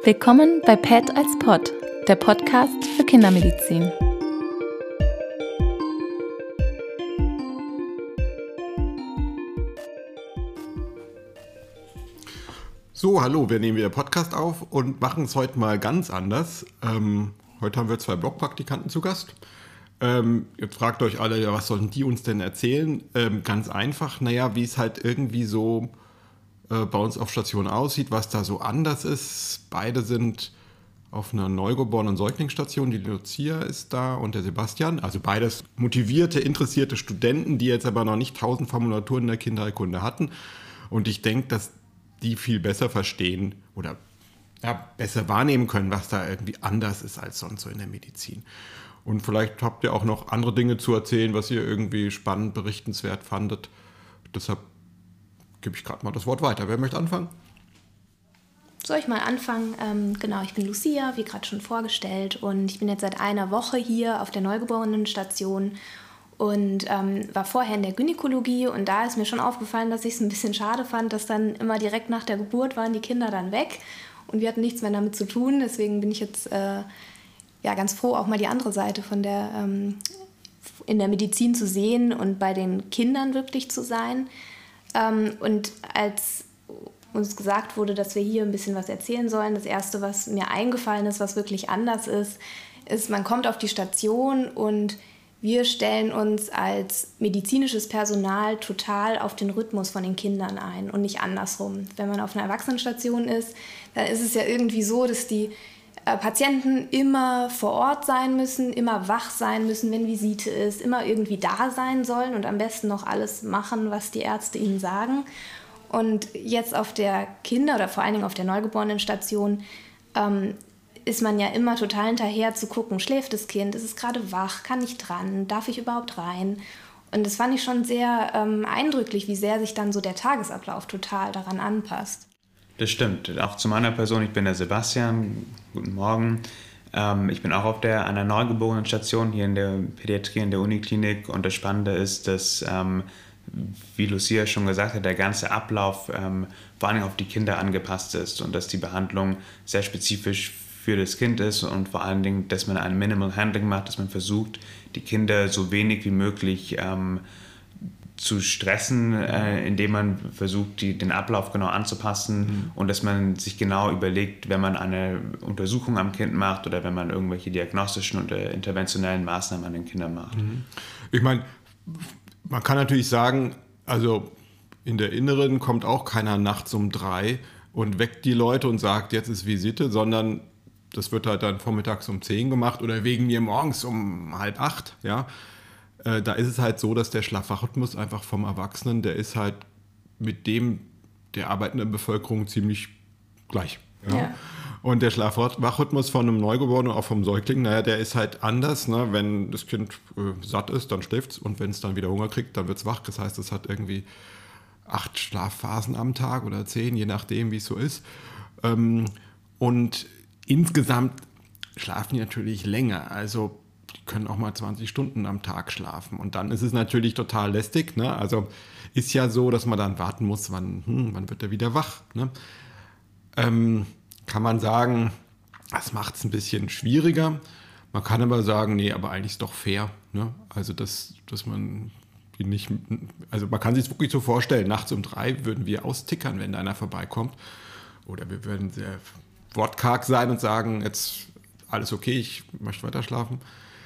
Willkommen bei PET als Pod, der Podcast für Kindermedizin. So, hallo, wir nehmen wieder Podcast auf und machen es heute mal ganz anders. Heute haben wir 2 Blogpraktikanten zu Gast. Jetzt fragt euch alle, ja, was sollen die uns denn erzählen? Ganz einfach, wie es halt irgendwie so bei uns auf Station aussieht, was da so anders ist. Beide sind auf einer neugeborenen Säuglingsstation, die Lucia ist da und der Sebastian. Also beides motivierte, interessierte Studenten, die jetzt aber noch nicht 1000 Formulaturen in der Kinderheilkunde hatten. Und ich denke, dass die viel besser verstehen oder besser wahrnehmen können, was da irgendwie anders ist als sonst so in der Medizin. Und vielleicht habt ihr auch noch andere Dinge zu erzählen, was ihr irgendwie spannend, berichtenswert fandet. Deshalb gebe ich gerade mal das Wort weiter. Wer möchte anfangen? Soll ich mal anfangen? Genau, ich bin Lucia, wie gerade schon vorgestellt, und ich bin jetzt seit einer Woche hier auf der Neugeborenenstation und war vorher in der Gynäkologie, und da ist mir schon aufgefallen, dass ich es ein bisschen schade fand, dass dann immer direkt nach der Geburt waren die Kinder dann weg und wir hatten nichts mehr damit zu tun. Deswegen bin ich jetzt ganz froh, auch mal die andere Seite von der in der Medizin zu sehen und bei den Kindern wirklich zu sein. Und als uns gesagt wurde, dass wir hier ein bisschen was erzählen sollen, das Erste, was mir eingefallen ist, was wirklich anders ist, man kommt auf die Station und wir stellen uns als medizinisches Personal total auf den Rhythmus von den Kindern ein und nicht andersrum. Wenn man auf einer Erwachsenenstation ist, dann ist es ja irgendwie so, dass die Patienten immer vor Ort sein müssen, immer wach sein müssen, wenn Visite ist, immer irgendwie da sein sollen und am besten noch alles machen, was die Ärzte ihnen sagen. Und jetzt auf der Kinder- oder vor allen Dingen auf der Neugeborenenstation ist man ja immer total hinterher zu gucken, schläft das Kind, ist es gerade wach, kann ich dran, darf ich überhaupt rein? Und das fand ich schon sehr eindrücklich, wie sehr sich dann so der Tagesablauf total daran anpasst. Das stimmt. Auch zu meiner Person, ich bin der Sebastian. Guten Morgen. Ich bin auch auf einer Neugeborenenstation hier in der Pädiatrie in der Uniklinik. Und das Spannende ist, dass, wie Lucia schon gesagt hat, der ganze Ablauf vor allem auf die Kinder angepasst ist und dass die Behandlung sehr spezifisch für das Kind ist und vor allen Dingen, dass man ein Minimal Handling macht, dass man versucht, die Kinder so wenig wie möglich zu stressen, indem man versucht, den Ablauf genau anzupassen und dass man sich genau überlegt, wenn man eine Untersuchung am Kind macht oder wenn man irgendwelche diagnostischen oder interventionellen Maßnahmen an den Kindern macht. Ich meine, man kann natürlich sagen, also in der Inneren kommt auch keiner nachts um 3 und weckt die Leute und sagt, jetzt ist Visite, sondern das wird halt dann vormittags um 10 gemacht oder wegen mir morgens um 7:30, ja. Da ist es halt so, dass der Schlafwachrhythmus einfach vom Erwachsenen, der ist halt mit dem der arbeitenden Bevölkerung ziemlich gleich. Ja? Ja. Und der Schlafwachrhythmus von einem Neugeborenen, auch vom Säugling, der ist halt anders. Ne? Wenn das Kind satt ist, dann schläft es, und wenn es dann wieder Hunger kriegt, dann wird es wach. Das heißt, es hat irgendwie 8 Schlafphasen am Tag oder 10, je nachdem, wie es so ist. Und insgesamt schlafen die natürlich länger. Also die können auch mal 20 Stunden am Tag schlafen. Und dann ist es natürlich total lästig. Ne? Also ist ja so, dass man dann warten muss, wann wird er wieder wach. Ne? Kann man sagen, das macht es ein bisschen schwieriger. Man kann aber sagen, nee, aber eigentlich ist es doch fair. Ne? Also dass man die nicht, also man kann sich es wirklich so vorstellen, nachts um 3 würden wir austickern, wenn da einer vorbeikommt. Oder wir würden sehr wortkarg sein und sagen, jetzt alles okay, ich möchte weiter schlafen.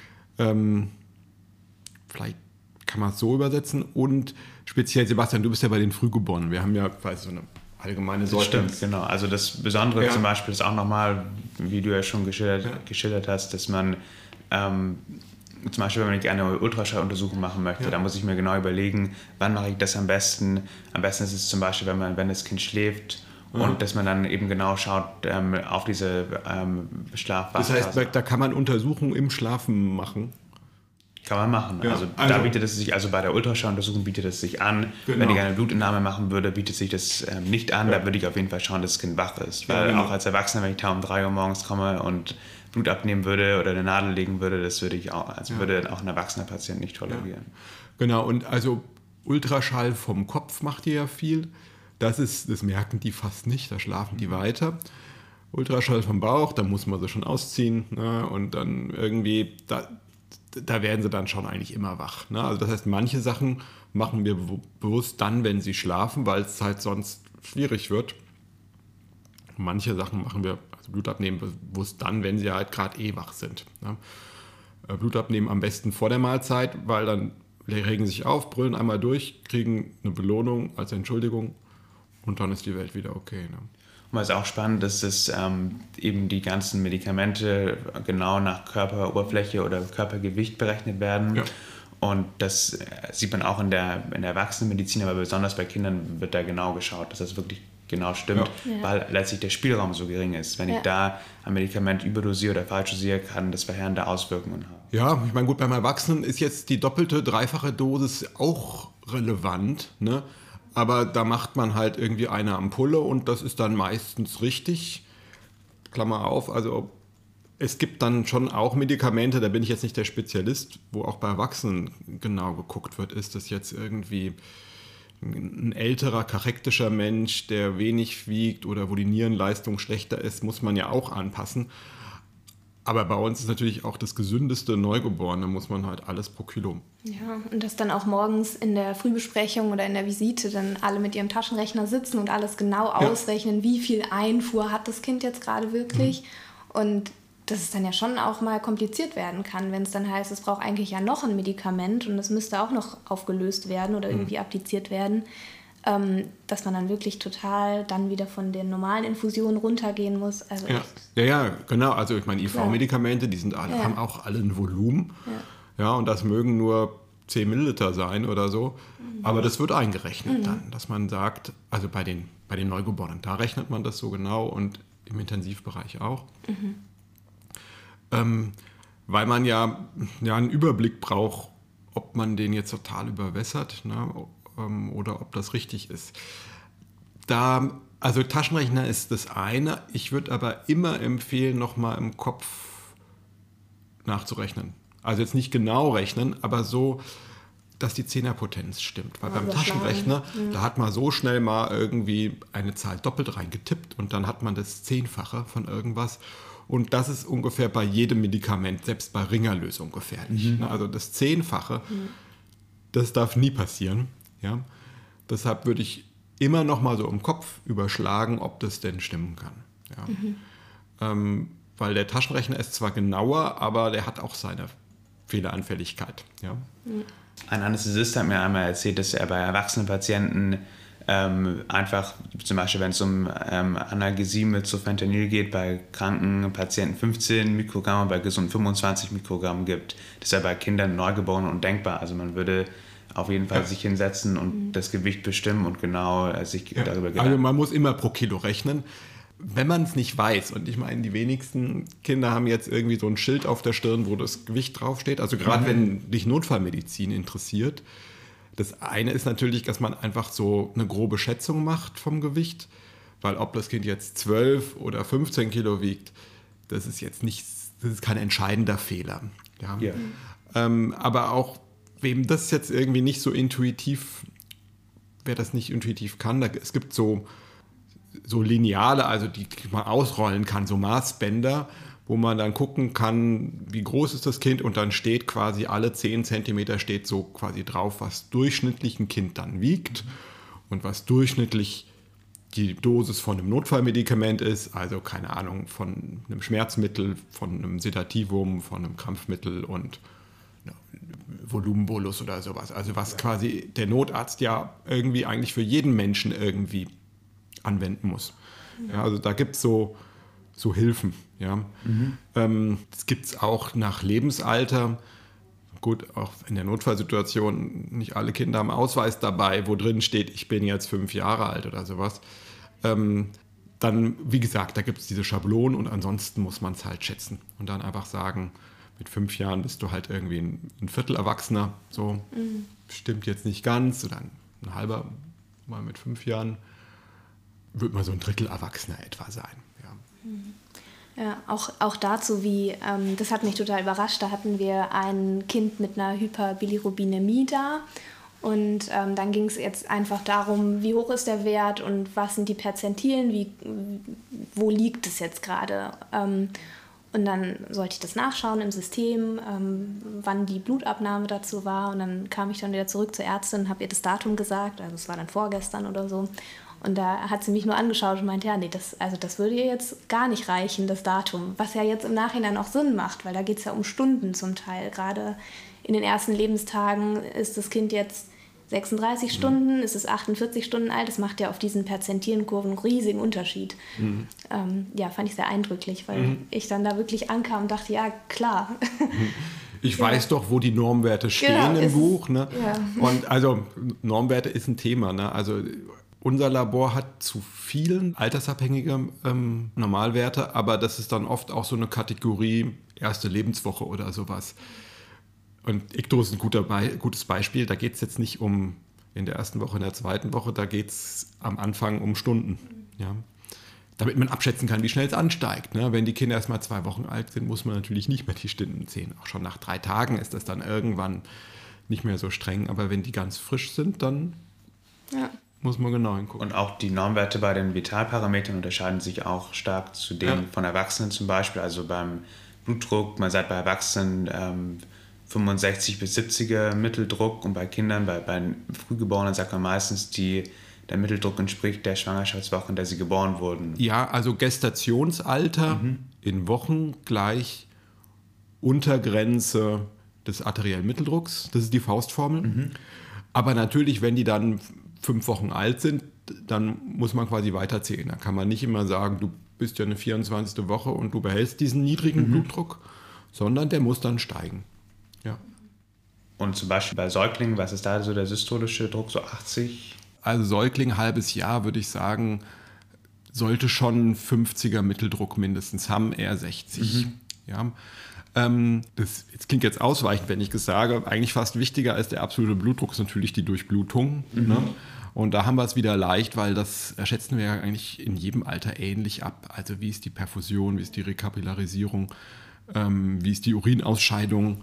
Vielleicht kann man es so übersetzen. Und speziell, Sebastian, du bist ja bei den Frühgeborenen. Wir haben ja so eine allgemeine Sorte. Stimmt, genau. Also das Besondere zum Beispiel ist auch nochmal, wie du ja schon geschildert hast, dass man zum Beispiel, wenn ich eine Ultraschalluntersuchung machen möchte, dann muss ich mir genau überlegen, wann mache ich das am besten. Am besten ist es zum Beispiel, wenn das Kind schläft, und dass man dann eben genau schaut auf diese Schlafphase. Das heißt, da kann man Untersuchungen im Schlafen machen? Kann man machen. Ja, also da bietet es sich, also bei der Ultraschalluntersuchung bietet es sich an. Genau. Wenn ich eine Blutentnahme machen würde, bietet sich das nicht an. Ja. Da würde ich auf jeden Fall schauen, dass das Kind wach ist. Weil auch als Erwachsener, wenn ich da um 3 Uhr morgens komme und Blut abnehmen würde oder eine Nadel legen würde, das würde ich auch, würde auch ein erwachsener Patient nicht tolerieren. Ja. Genau, und also Ultraschall vom Kopf macht ihr ja viel. Das merken die fast nicht, da schlafen die weiter. Ultraschall vom Bauch, da muss man sie schon ausziehen, ne? Und dann irgendwie, da werden sie dann schon eigentlich immer wach. Ne? Also das heißt, manche Sachen machen wir bewusst dann, wenn sie schlafen, weil es halt sonst schwierig wird. Manche Sachen machen wir, also Blutabnehmen, bewusst dann, wenn sie halt gerade wach sind. Ne? Blutabnehmen am besten vor der Mahlzeit, weil dann regen sie sich auf, brüllen einmal durch, kriegen eine Belohnung als Entschuldigung und dann ist die Welt wieder okay. Ne? Und was auch spannend ist, dass eben die ganzen Medikamente genau nach Körperoberfläche oder Körpergewicht berechnet werden. Ja. Und das sieht man auch in der Erwachsenenmedizin, aber besonders bei Kindern wird da genau geschaut, dass das wirklich genau stimmt, weil letztlich der Spielraum so gering ist. Wenn ich da ein Medikament überdosiere oder falsch dosiere, kann das verheerende Auswirkungen haben. Ja, ich meine, gut, beim Erwachsenen ist jetzt die doppelte, dreifache Dosis auch relevant, ne? Aber da macht man halt irgendwie eine Ampulle und das ist dann meistens richtig. Klammer auf, also es gibt dann schon auch Medikamente, da bin ich jetzt nicht der Spezialist, wo auch bei Erwachsenen genau geguckt wird, ist das jetzt irgendwie ein älterer, charaktischer Mensch, der wenig wiegt oder wo die Nierenleistung schlechter ist, muss man ja auch anpassen. Aber bei uns ist natürlich auch das gesündeste Neugeborene, muss man halt alles pro Kilo. Ja, und dass dann auch morgens in der Frühbesprechung oder in der Visite dann alle mit ihrem Taschenrechner sitzen und alles genau ausrechnen, wie viel Einfuhr hat das Kind jetzt gerade wirklich. Und dass es dann ja schon auch mal kompliziert werden kann, wenn es dann heißt, es braucht eigentlich ja noch ein Medikament und es müsste auch noch aufgelöst werden oder irgendwie appliziert werden, dass man dann wirklich total dann wieder von den normalen Infusionen runtergehen muss. Also ja, genau. Also ich meine, IV-Medikamente, die sind alle, haben auch alle ein Volumen. Ja, und das mögen nur 10 Milliliter sein oder so. Aber das wird eingerechnet dann, dass man sagt, also bei den Neugeborenen, da rechnet man das so genau und im Intensivbereich auch. Weil man ja einen Überblick braucht, ob man den jetzt total überwässert, ne, oder ob das richtig ist. Also Taschenrechner ist das eine. Ich würde aber immer empfehlen, nochmal im Kopf nachzurechnen. Also jetzt nicht genau rechnen, aber so, dass die Zehnerpotenz stimmt. Weil beim Taschenrechner, da hat man so schnell mal irgendwie eine Zahl doppelt reingetippt und dann hat man das Zehnfache von irgendwas. Und das ist ungefähr bei jedem Medikament, selbst bei Ringerlösung gefährlich. Also das Zehnfache, das darf nie passieren. Ja? Deshalb würde ich immer noch mal so im Kopf überschlagen, ob das denn stimmen kann. Ja? Weil der Taschenrechner ist zwar genauer, aber der hat auch seine Fehleranfälligkeit. Ja? Ein Anästhesist hat mir einmal erzählt, dass er bei erwachsenen Patienten einfach, zum Beispiel wenn es um Analgesie mit Fentanyl geht, bei kranken Patienten 15 Mikrogramm, bei gesunden 25 Mikrogramm gibt. Das ist ja bei Kindern, Neugeborenen undenkbar. Also man würde auf jeden Fall sich hinsetzen und das Gewicht bestimmen und genau sich darüber Gedanken. Also man muss immer pro Kilo rechnen. Wenn man es nicht weiß, und ich meine, die wenigsten Kinder haben jetzt irgendwie so ein Schild auf der Stirn, wo das Gewicht draufsteht. Also gerade wenn dich Notfallmedizin interessiert. Das eine ist natürlich, dass man einfach so eine grobe Schätzung macht vom Gewicht, weil ob das Kind jetzt 12 oder 15 Kilo wiegt, das ist jetzt nicht, das ist kein entscheidender Fehler. Ja. Aber auch, wem das jetzt irgendwie nicht so intuitiv, wer das nicht intuitiv kann, es gibt so Lineale, also die man ausrollen kann, so Maßbänder, wo man dann gucken kann, wie groß ist das Kind und dann steht quasi alle 10 Zentimeter steht so quasi drauf, was durchschnittlich ein Kind dann wiegt und was durchschnittlich die Dosis von einem Notfallmedikament ist, also keine Ahnung, von einem Schmerzmittel, von einem Sedativum, von einem Krampfmittel und Volumenbolus oder sowas. Also was quasi der Notarzt ja irgendwie eigentlich für jeden Menschen irgendwie anwenden muss. Ja, also da gibt es so Hilfen. Ja. Das gibt es auch nach Lebensalter. Gut, auch in der Notfallsituation, nicht alle Kinder haben Ausweis dabei, wo drin steht, ich bin jetzt 5 Jahre alt oder sowas. Dann, wie gesagt, da gibt es diese Schablonen und ansonsten muss man es halt schätzen. Und dann einfach sagen, mit 5 Jahren bist du halt irgendwie ein Viertel-Erwachsener. So, stimmt jetzt nicht ganz. Oder ein halber, mal mit 5 Jahren, wird mal so ein Drittel-Erwachsener etwa sein. Ja. Ja, auch dazu, das hat mich total überrascht, da hatten wir ein Kind mit einer Hyperbilirubinemie da und dann ging es jetzt einfach darum, wie hoch ist der Wert und was sind die Perzentilen, wo liegt es jetzt gerade? Und dann sollte ich das nachschauen im System, wann die Blutabnahme dazu war. Und dann kam ich dann wieder zurück zur Ärztin und habe ihr das Datum gesagt. Also es war dann vorgestern oder so. Und da hat sie mich nur angeschaut und meinte, ja, nee, das würde ihr jetzt gar nicht reichen, das Datum. Was ja jetzt im Nachhinein auch Sinn macht, weil da geht es ja um Stunden zum Teil. Gerade in den ersten Lebenstagen ist das Kind jetzt 36 Stunden, ist es 48 Stunden alt. Das macht ja auf diesen perzentilen Kurven einen riesigen Unterschied. Fand ich sehr eindrücklich, weil ich dann da wirklich ankam und dachte, ja, klar. Ich weiß doch, wo die Normwerte stehen im Buch. Ne? Ja. Und also Normwerte ist ein Thema. Ne? Also unser Labor hat zu vielen altersabhängige Normalwerte, aber das ist dann oft auch so eine Kategorie erste Lebenswoche oder sowas. Und Ikterus ist ein gutes Beispiel. Da geht es jetzt nicht um in der ersten Woche, in der zweiten Woche, da geht es am Anfang um Stunden. Ja. Damit man abschätzen kann, wie schnell es ansteigt. Ne? Wenn die Kinder erst mal 2 Wochen alt sind, muss man natürlich nicht mehr die Stunden zählen. Auch schon nach 3 Tagen ist das dann irgendwann nicht mehr so streng. Aber wenn die ganz frisch sind, dann muss man genau hingucken. Und auch die Normwerte bei den Vitalparametern unterscheiden sich auch stark zu denen von Erwachsenen zum Beispiel. Also beim Blutdruck, man sagt bei Erwachsenen 65 bis 70er Mitteldruck und bei Kindern, bei Frühgeborenen sagt man meistens, der Mitteldruck entspricht der Schwangerschaftswoche, in der sie geboren wurden. Ja, also Gestationsalter in Wochen gleich Untergrenze des arteriellen Mitteldrucks. Das ist die Faustformel. Aber natürlich, wenn die dann 5 Wochen alt sind, dann muss man quasi weiterzählen. Da kann man nicht immer sagen, du bist ja eine 24. Woche und du behältst diesen niedrigen Blutdruck, sondern der muss dann steigen. Ja. Und zum Beispiel bei Säuglingen, was ist da so der systolische Druck, so 80? Also Säugling, halbes Jahr, würde ich sagen, sollte schon 50er Mitteldruck mindestens haben, eher 60. Ja. Das klingt jetzt ausweichend, wenn ich das sage. Eigentlich fast wichtiger als der absolute Blutdruck ist natürlich die Durchblutung. Ne? Und da haben wir es wieder leicht, weil das schätzen wir ja eigentlich in jedem Alter ähnlich ab. Also wie ist die Perfusion, wie ist die Rekapillarisierung, wie ist die Urinausscheidung.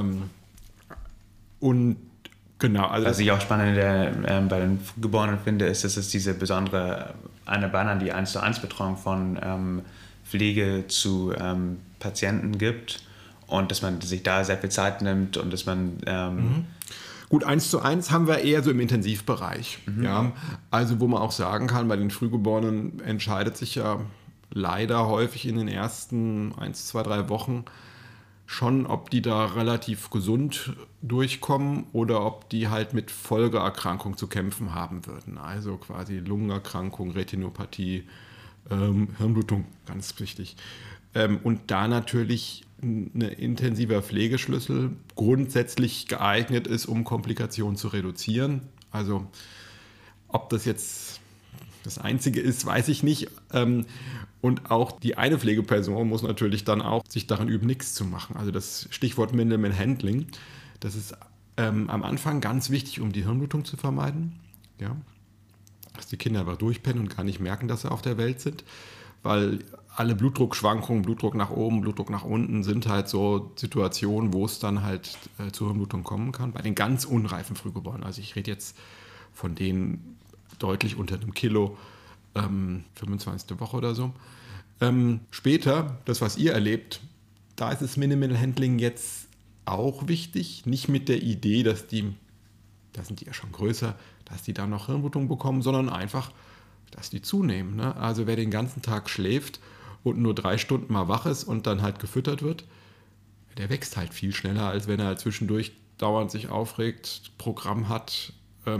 Und genau. Also was ich auch spannend bei den Geborenen finde, ist, dass es diese besondere die 1:1 Betreuung von Pflege zu Patienten gibt und dass man sich da sehr viel Zeit nimmt und dass man... Gut, 1:1 haben wir eher so im Intensivbereich. Ja? Also wo man auch sagen kann, bei den Frühgeborenen entscheidet sich ja leider häufig in den ersten 1, 2, 3 Wochen schon, ob die da relativ gesund durchkommen oder ob die halt mit Folgeerkrankung zu kämpfen haben würden. Also quasi Lungenerkrankung, Retinopathie, Hirnblutung, ganz wichtig. Und da natürlich ein intensiver Pflegeschlüssel grundsätzlich geeignet ist, um Komplikationen zu reduzieren. Also ob das jetzt das Einzige ist, weiß ich nicht. Und auch die eine Pflegeperson muss natürlich dann auch sich daran üben, nichts zu machen. Also das Stichwort Minimal Handling, das ist am Anfang ganz wichtig, um die Hirnblutung zu vermeiden. Ja? Dass die Kinder einfach durchpennen und gar nicht merken, dass sie auf der Welt sind. Weil alle Blutdruckschwankungen, Blutdruck nach oben, Blutdruck nach unten, sind halt so Situationen, wo es dann halt zur Hirnblutung kommen kann. Bei den ganz unreifen Frühgeborenen, also ich rede jetzt von denen deutlich unter einem Kilo, 25. Woche oder so. Später, das, was ihr erlebt, da ist das Minimal Handling jetzt auch wichtig. Nicht mit der Idee, da sind die ja schon größer, dass die dann noch Hirnblutung bekommen, sondern einfach, dass die zunehmen. Ne? Also wer den ganzen Tag schläft und nur 3 Stunden mal wach ist und dann halt gefüttert wird, der wächst halt viel schneller, als wenn er zwischendurch dauernd sich aufregt, Programm hat.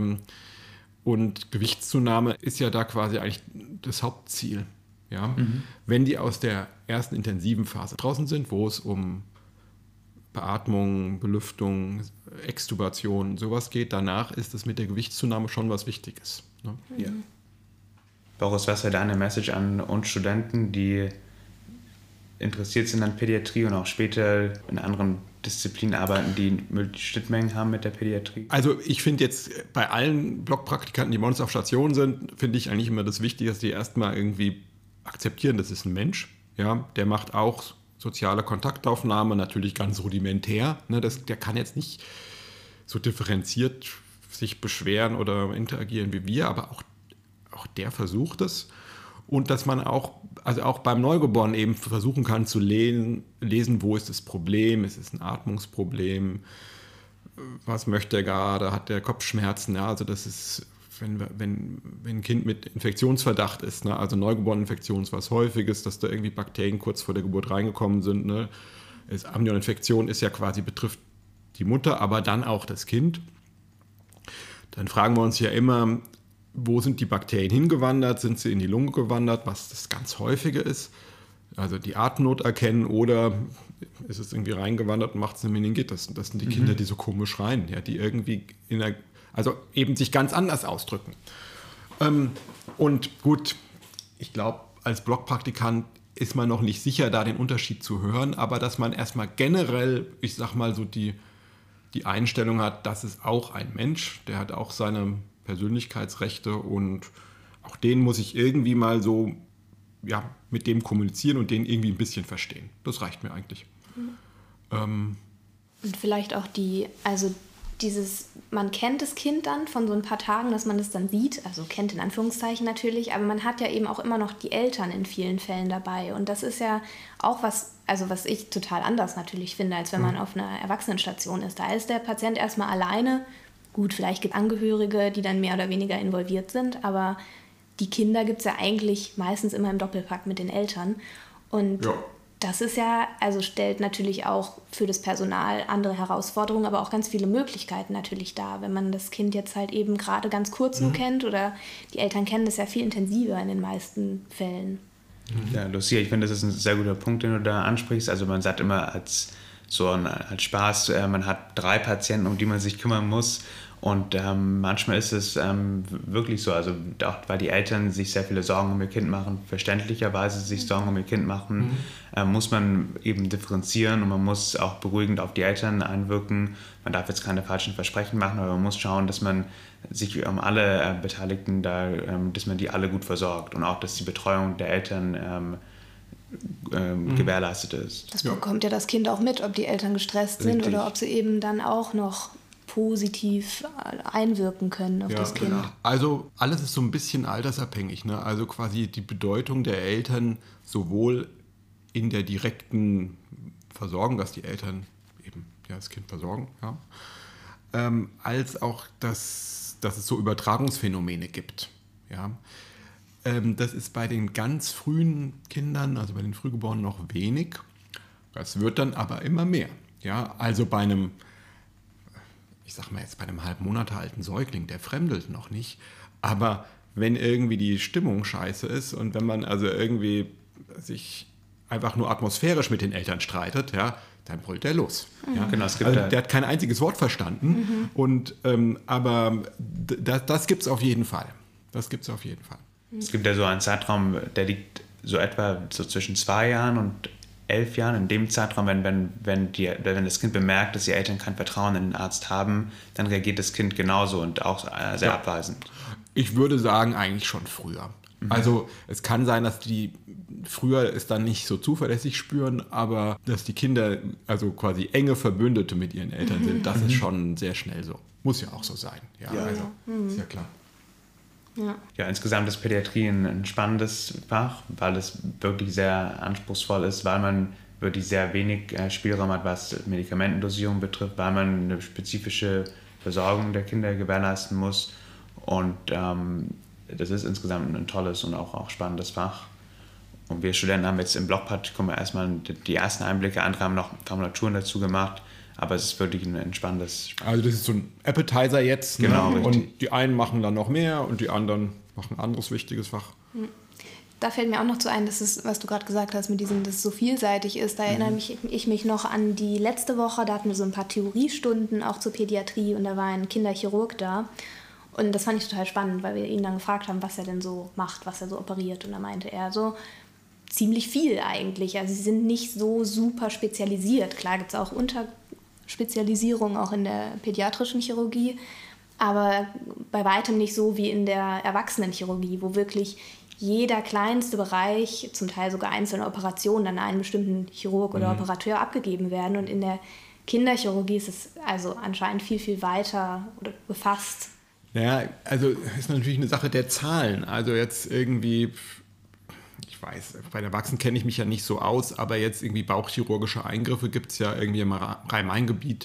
Und Gewichtszunahme ist ja da quasi eigentlich das Hauptziel. Ja? Wenn die aus der ersten intensiven Phase draußen sind, wo es um Beatmung, Belüftung, Extubation, sowas geht, danach ist es mit der Gewichtszunahme schon was Wichtiges. Ne? Ja. Boris, was wäre deine Message an uns Studenten, die interessiert sind an Pädiatrie und auch später in anderen Disziplinen arbeiten, die Schnittmengen haben mit der Pädiatrie? Also ich finde jetzt bei allen Blockpraktikanten, die bei uns auf Station sind, finde ich eigentlich immer das Wichtige, dass die erstmal irgendwie akzeptieren, das ist ein Mensch. Ja? Der macht auch soziale Kontaktaufnahme, natürlich ganz rudimentär. Ne? Der kann jetzt nicht so differenziert sich beschweren oder interagieren wie wir, aber auch der versucht es. Und dass man auch beim Neugeborenen eben versuchen kann zu lesen, wo ist das Problem, ist es ein Atmungsproblem, was möchte er gerade, hat der Kopfschmerzen, ja, also das ist, wenn ein Kind mit Infektionsverdacht ist, ne, also Neugeboreneninfektion ist was Häufiges, dass da irgendwie Bakterien kurz vor der Geburt reingekommen sind, ne. Amnioninfektion ist ja quasi, betrifft die Mutter, aber dann auch das Kind. Dann fragen wir uns ja immer, wo sind die Bakterien hingewandert? Sind sie in die Lunge gewandert, was das ganz Häufige ist? Also die Atemnot erkennen oder ist es irgendwie reingewandert und macht es eine Meningitis? Das sind die Kinder, die so komisch schreien, ja, die irgendwie also eben sich ganz anders ausdrücken. Und gut, ich glaube, als Blockpraktikant ist man noch nicht sicher, da den Unterschied zu hören, aber dass man erstmal generell, ich sag mal so die Einstellung hat, das ist auch ein Mensch, der hat auch seine Persönlichkeitsrechte und auch den muss ich irgendwie mal so, ja, mit dem kommunizieren und den irgendwie ein bisschen verstehen. Das reicht mir eigentlich. Und vielleicht auch man kennt das Kind dann von so ein paar Tagen, dass man das dann sieht, also kennt in Anführungszeichen natürlich, aber man hat ja eben auch immer noch die Eltern in vielen Fällen dabei und das ist ja auch was ich total anders natürlich finde, als wenn man auf einer Erwachsenenstation ist. Da ist der Patient erstmal alleine, gut, vielleicht gibt es Angehörige, die dann mehr oder weniger involviert sind, aber die Kinder gibt es ja eigentlich meistens immer im Doppelpack mit den Eltern und das ist ja, also stellt natürlich auch für das Personal andere Herausforderungen, aber auch ganz viele Möglichkeiten natürlich dar. Wenn man das Kind jetzt halt eben gerade ganz kurz nur kennt oder die Eltern kennen das ja viel intensiver in den meisten Fällen. Ja, Lucia, ich finde, das ist ein sehr guter Punkt, den du da ansprichst. Also man sagt immer als Spaß, man hat 3 Patienten, um die man sich kümmern muss. Und manchmal ist es wirklich so, also auch weil die Eltern sich sehr viele Sorgen um ihr Kind machen, verständlicherweise sich Sorgen um ihr Kind machen, muss man eben differenzieren und man muss auch beruhigend auf die Eltern einwirken. Man darf jetzt keine falschen Versprechen machen, aber man muss schauen, dass man sich um alle Beteiligten, dass man die alle gut versorgt und auch, dass die Betreuung der Eltern gewährleistet ist. Das bekommt ja das Kind auch mit, ob die Eltern gestresst sind oder ob sie eben dann auch noch positiv einwirken können auf das Kind. Genau. Also alles ist so ein bisschen altersabhängig, ne? Also quasi die Bedeutung der Eltern sowohl in der direkten Versorgung, dass die Eltern eben das Kind versorgen, als auch, dass es so Übertragungsphänomene gibt. Ja? Das ist bei den ganz frühen Kindern, also bei den Frühgeborenen, noch wenig. Das wird dann aber immer mehr. Ja? Also bei einem, ich sag mal jetzt bei einem halben Monate alten Säugling, der fremdelt noch nicht, aber wenn irgendwie die Stimmung scheiße ist und wenn man also irgendwie sich einfach nur atmosphärisch mit den Eltern streitet, ja, dann brüllt der los. Ja? Genau, Der hat kein einziges Wort verstanden, und, aber das gibt es auf jeden Fall. Das gibt es auf jeden Fall. Es gibt ja so einen Zeitraum, der liegt so etwa so zwischen 2 Jahren und 11 Jahren. In dem Zeitraum, wenn das Kind bemerkt, dass die Eltern kein Vertrauen in den Arzt haben, dann reagiert das Kind genauso und auch sehr abweisend. Ich würde sagen, eigentlich schon früher. Also es kann sein, dass die früher es dann nicht so zuverlässig spüren, aber dass die Kinder also quasi enge Verbündete mit ihren Eltern sind, das ist schon sehr schnell so. Muss ja auch so sein. Ist ja klar. Ja, insgesamt ist Pädiatrie ein spannendes Fach, weil es wirklich sehr anspruchsvoll ist, weil man wirklich sehr wenig Spielraum hat, was Medikamentendosierung betrifft, weil man eine spezifische Versorgung der Kinder gewährleisten muss. Und das ist insgesamt ein tolles und auch spannendes Fach. Und wir Studenten haben jetzt im Blockpraktikum erstmal die ersten Einblicke, andere haben noch Formulaturen dazu gemacht. Aber es ist wirklich ein spannendes Spiel. Also das ist so ein Appetizer jetzt. Genau, ne? richtig. Und die einen machen dann noch mehr und die anderen machen ein anderes wichtiges Fach. Da fällt mir auch noch zu ein, dass es, was du gerade gesagt hast, mit diesem, dass es so vielseitig ist. Da erinnere ich mich noch an die letzte Woche, da hatten wir so ein paar Theoriestunden auch zur Pädiatrie und da war ein Kinderchirurg da. Und das fand ich total spannend, weil wir ihn dann gefragt haben, was er denn so macht, was er so operiert. Und da meinte er so, ziemlich viel eigentlich. Also sie sind nicht so super spezialisiert. Klar gibt es auch Unterspezialisierung auch in der pädiatrischen Chirurgie, aber bei weitem nicht so wie in der Erwachsenenchirurgie, wo wirklich jeder kleinste Bereich, zum Teil sogar einzelne Operationen, dann an einen bestimmten Chirurg oder Operateur abgegeben werden. Und in der Kinderchirurgie ist es also anscheinend viel, viel weiter gefasst. Naja, also ist natürlich eine Sache der Zahlen. Also jetzt irgendwie ich weiß, bei den Erwachsenen kenne ich mich ja nicht so aus, aber jetzt irgendwie bauchchirurgische Eingriffe gibt es ja irgendwie im Rhein-Main-Gebiet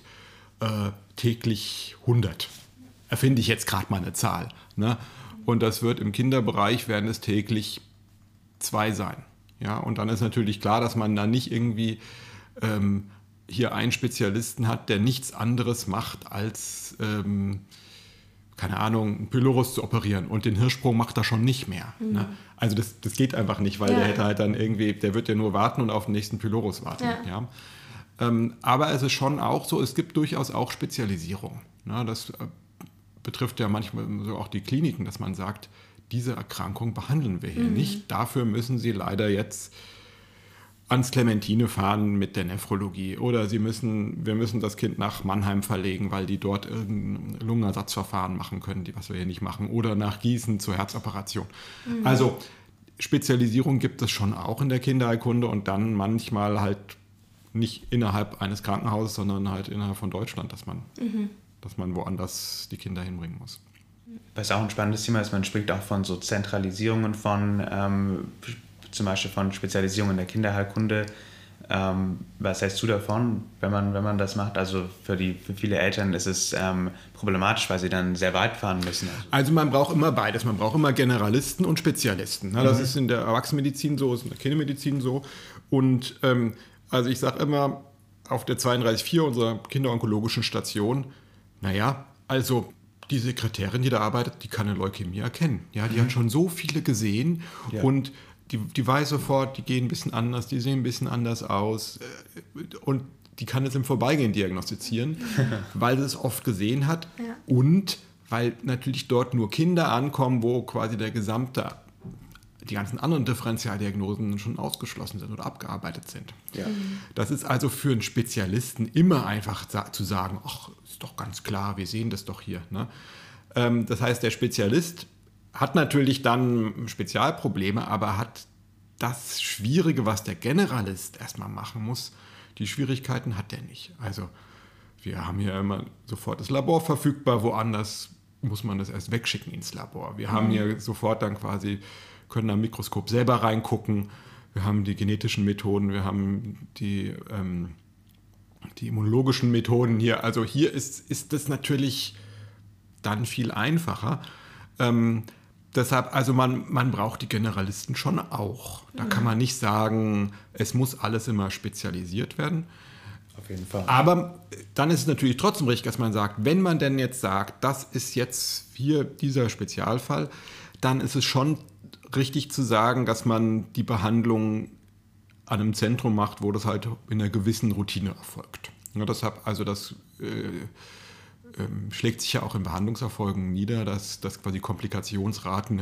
täglich 100. Erfinde ich jetzt gerade mal eine Zahl. Ne? Und das wird im Kinderbereich, werden es täglich 2 sein. Ja? Und dann ist natürlich klar, dass man da nicht irgendwie hier einen Spezialisten hat, der nichts anderes macht, als, keine Ahnung, einen Pylorus zu operieren. Und den Hirschsprung macht er schon nicht mehr. Ne? Also das geht einfach nicht, weil der hätte halt dann irgendwie, der wird ja nur warten und auf den nächsten Pylorus warten. Ja? Aber es ist schon auch so, es gibt durchaus auch Spezialisierung. Ne? Das betrifft ja manchmal so auch die Kliniken, dass man sagt, diese Erkrankung behandeln wir hier nicht. Dafür müssen Sie leider jetzt ans Clementine fahren mit der Nephrologie. Oder wir müssen das Kind nach Mannheim verlegen, weil die dort irgendein Lungenersatzverfahren machen können, was wir hier nicht machen. Oder nach Gießen zur Herzoperation. Also Spezialisierung gibt es schon auch in der Kinderheilkunde und dann manchmal halt nicht innerhalb eines Krankenhauses, sondern halt innerhalb von Deutschland, dass man woanders die Kinder hinbringen muss. Was auch ein spannendes Thema ist, man spricht auch von so Zentralisierungen von, zum Beispiel von Spezialisierung in der Kinderheilkunde. Was hältst du davon, wenn man das macht? Also für viele Eltern ist es problematisch, weil sie dann sehr weit fahren müssen. Also man braucht immer beides. Man braucht immer Generalisten und Spezialisten. Das ist in der Erwachsenenmedizin so, ist in der Kindermedizin so. Und also ich sage immer, auf der 32.4 unserer kinderonkologischen Station, also die Sekretärin, die da arbeitet, die kann eine Leukämie erkennen. Ja, die hat schon so viele gesehen und die weiß sofort, die gehen ein bisschen anders, die sehen ein bisschen anders aus und die kann es im Vorbeigehen diagnostizieren, weil sie es oft gesehen hat und weil natürlich dort nur Kinder ankommen, wo quasi die ganzen anderen Differentialdiagnosen schon ausgeschlossen sind oder abgearbeitet sind. Ja. Das ist also für einen Spezialisten immer einfach zu sagen, ach, ist doch ganz klar, wir sehen das doch hier. Ne? Das heißt, der Spezialist hat natürlich dann Spezialprobleme, aber hat das Schwierige, was der Generalist erstmal machen muss, die Schwierigkeiten hat der nicht. Also wir haben hier immer sofort das Labor verfügbar, woanders muss man das erst wegschicken ins Labor. Wir haben hier sofort dann quasi, können am Mikroskop selber reingucken. Wir haben die genetischen Methoden, wir haben die immunologischen Methoden hier. Also hier ist das natürlich dann viel einfacher. Deshalb, also man braucht die Generalisten schon auch. Da kann man nicht sagen, es muss alles immer spezialisiert werden. Auf jeden Fall. Aber dann ist es natürlich trotzdem richtig, dass man sagt, wenn man denn jetzt sagt, das ist jetzt hier dieser Spezialfall, dann ist es schon richtig zu sagen, dass man die Behandlung an einem Zentrum macht, wo das halt in einer gewissen Routine erfolgt. Ja, deshalb, also das schlägt sich ja auch in Behandlungserfolgen nieder, dass quasi Komplikationsraten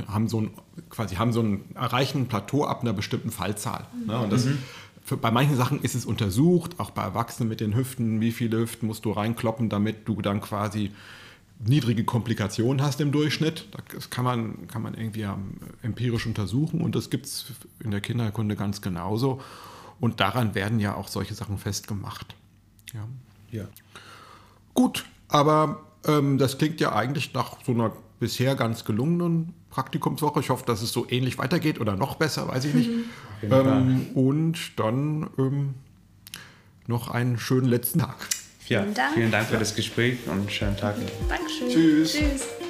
erreichen ein Plateau ab einer bestimmten Fallzahl. Ne? Und das, bei manchen Sachen ist es untersucht, auch bei Erwachsenen mit den Hüften, wie viele Hüften musst du reinkloppen, damit du dann quasi niedrige Komplikationen hast im Durchschnitt. Das kann man irgendwie empirisch untersuchen und das gibt es in der Kinderheilkunde ganz genauso. Und daran werden ja auch solche Sachen festgemacht. Ja. Gut, aber das klingt ja eigentlich nach so einer bisher ganz gelungenen Praktikumswoche. Ich hoffe, dass es so ähnlich weitergeht oder noch besser, weiß ich nicht. Und dann noch einen schönen letzten Tag. Ja, vielen Dank für das Gespräch und einen schönen Tag. Dankeschön. Tschüss. Tschüss.